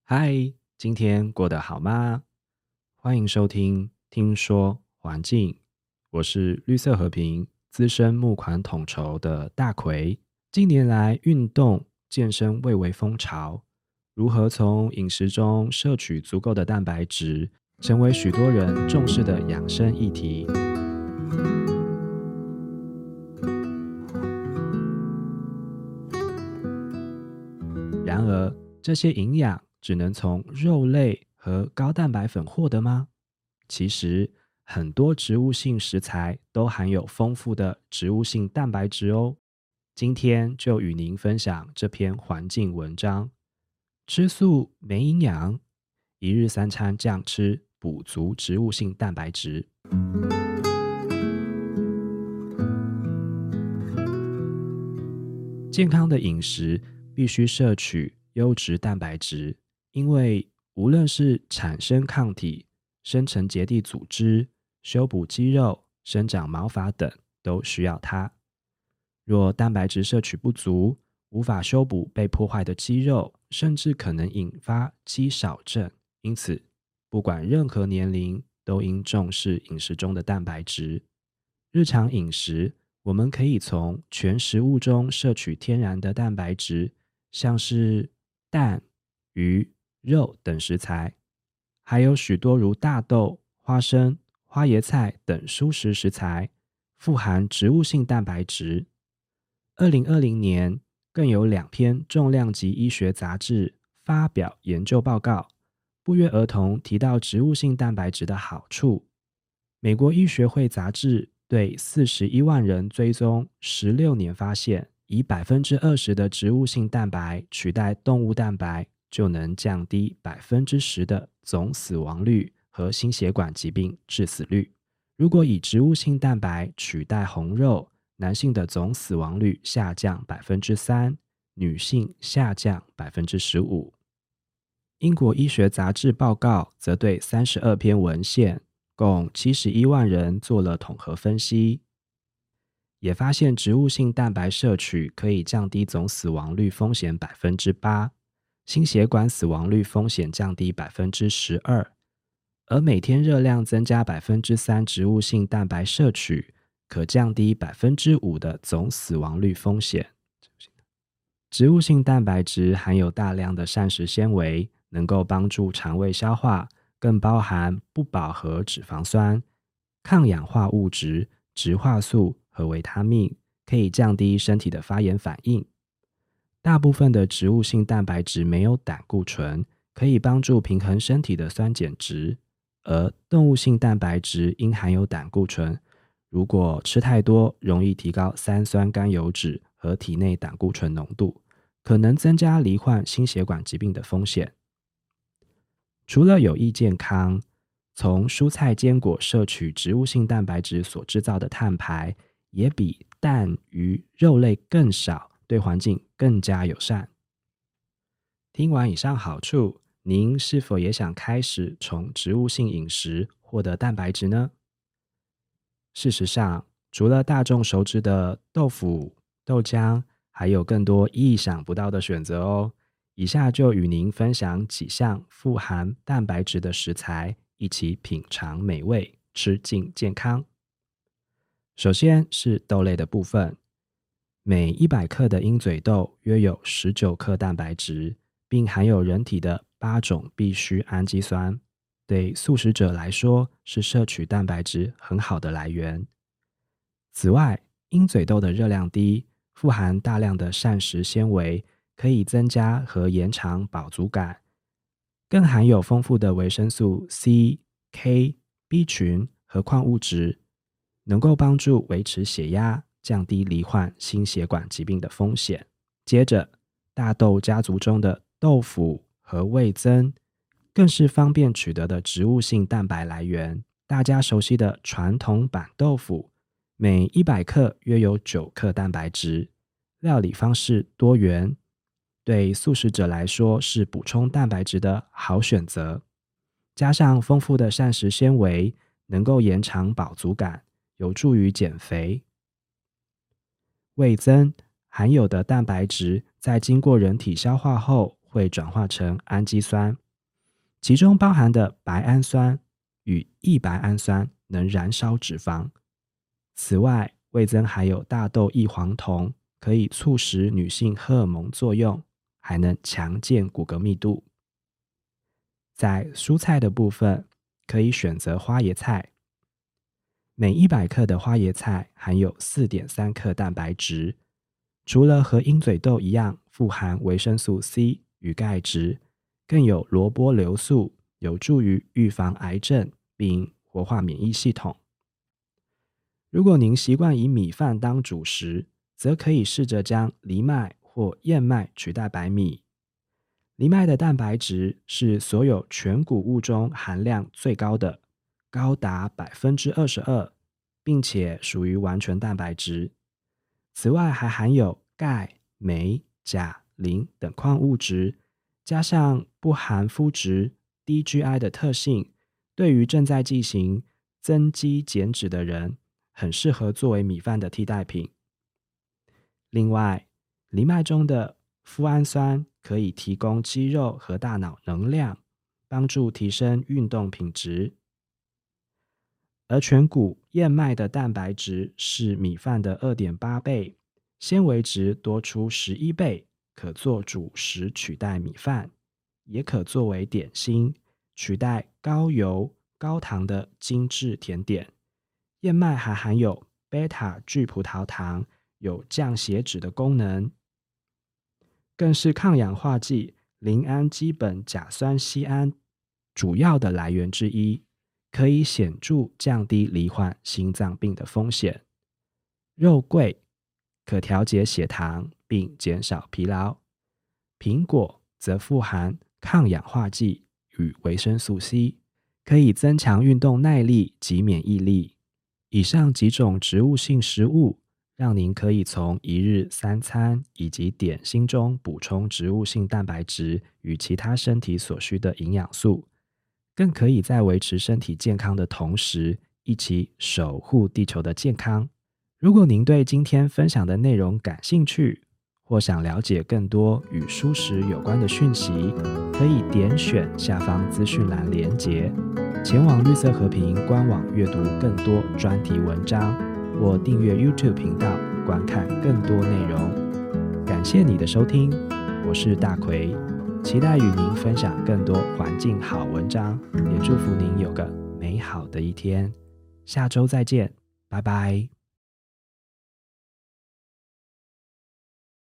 嗨，今天过得好吗？欢迎收听《听说环境》，我是绿色和平资深募款统筹的大葵。近年来，运动健身蔚为风潮，如何从饮食中摄取足够的蛋白质，成为许多人重视的养生议题。然而，这些营养只能从肉类和高蛋白粉获得吗？其实，很多植物性食材都含有丰富的植物性蛋白质哦。今天就与您分享这篇环境文章：吃素没营养，一日三餐这样吃，补足植物性蛋白质。健康的饮食必须摄取优质蛋白质，因为无论是产生抗体、生成结缔组织、修补肌肉、生长毛发等，都需要它。若蛋白质摄取不足，无法修补被破坏的肌肉，甚至可能引发肌少症。因此，不管任何年龄，都应重视饮食中的蛋白质。日常饮食，我们可以从全食物中摄取天然的蛋白质，像是蛋、鱼、肉等食材，还有许多如大豆、花生、花椰菜等蔬食食材，富含植物性蛋白质。2020年，更有2篇重量级医学杂志发表研究报告，不约而同提到植物性蛋白质的好处。美国医学会杂志对41万人追踪16年发现，以20%的植物性蛋白取代动物蛋白，就能降低10%的总死亡率和心血管疾病致死率。如果以植物性蛋白取代红肉，男性的总死亡率下降3%，女性下降15%。英国医学杂志报告则对32篇文献，共71万人做了统合分析，也发现植物性蛋白摄取可以降低总死亡率风险8%，心血管死亡率风险降低12%，而每天热量增加3%植物性蛋白摄取，可降低5%的总死亡率风险。植物性蛋白质含有大量的膳食纤维，能够帮助肠胃消化，更包含不饱和脂肪酸、抗氧化物质、植化素和维他命，可以降低身体的发炎反应。大部分的植物性蛋白质没有胆固醇，可以帮助平衡身体的酸碱值，而动物性蛋白质因含有胆固醇，如果吃太多，容易提高3酸甘油酯和体内胆固醇浓度，可能增加罹患心血管疾病的风险。除了有益健康，从蔬菜坚果摄取植物性蛋白质所制造的碳排，也比蛋、鱼、肉类更少，对环境更加友善。听完以上好处，您是否也想开始从植物性饮食获得蛋白质呢？事实上，除了大众熟知的豆腐、豆浆，还有更多意想不到的选择哦。以下就与您分享几项富含蛋白质的食材，一起品尝美味，吃尽健康。首先是豆类的部分，每100克的鹰嘴豆约有19克蛋白质，并含有人体的8种必需氨基酸，对素食者来说是摄取蛋白质很好的来源。此外，鹰嘴豆的热量低，富含大量的膳食纤维，可以增加和延长饱足感，更含有丰富的维生素 C、K、B 群和矿物质，能够帮助维持血压，降低罹患心血管疾病的风险。接着，大豆家族中的豆腐和味噌，更是方便取得的植物性蛋白来源。大家熟悉的传统板豆腐，每100克约有9克蛋白质，料理方式多元，对素食者来说是补充蛋白质的好选择。加上丰富的膳食纤维，能够延长饱足感，有助于减肥。味噌含有的蛋白质在经过人体消化后， 会转化成氨基酸，其中包含的白氨酸与异白氨酸能燃烧脂肪。此外，味噌还有大豆异黄酮，可以促使女性荷尔蒙作用，还能强健骨骼密度。在蔬菜的部分，可以选择花椰菜。每100克的花椰菜含有 4.3 克蛋白质，除了和鹰嘴豆一样富含维生素 C 与钙质，更有萝卜硫素，有助于预防癌症并活化免疫系统。如果您习惯以米饭当主食，则可以试着将藜麦或燕麦取代白米。藜麦的蛋白质是所有全谷物中含量最高的，高达 22%， 并且属于完全蛋白质。此外还含有钙、镁、钾、磷等矿物质，加上不含麸质、低 GI 的特性，对于正在进行增肌减脂的人，很适合作为米饭的替代品。另外，藜麦中的麩氨酸可以提供肌肉和大脑能量，帮助提升运动品质。而全谷燕麦的蛋白质是米饭的 2.8 倍，纤维质多出11倍，可做主食取代米饭，也可作为点心，取代高油、高糖的精致甜点。燕麦还含有贝塔聚葡萄糖，有降血脂的功能，更是抗氧化剂磷氨基苯甲酸酰胺主要的来源之一，可以显著降低罹患心脏病的风险。肉桂可调节血糖并减少疲劳，苹果则富含抗氧化剂与维生素 C， 可以增强运动耐力及免疫力。以上几种植物性食物，让您可以从一日3餐以及点心中补充植物性蛋白质与其他身体所需的营养素，更可以在维持身体健康的同时，一起守护地球的健康。如果您对今天分享的内容感兴趣，或想了解更多与蔬食有关的讯息，可以点选下方资讯栏连结，前往绿色和平官网阅读更多专题文章，或订阅 YouTube 频道观看更多内容。感谢你的收听，我是大奎，期待与您分享更多环境好文章，也祝福您有个美好的一天。下周再见，拜拜。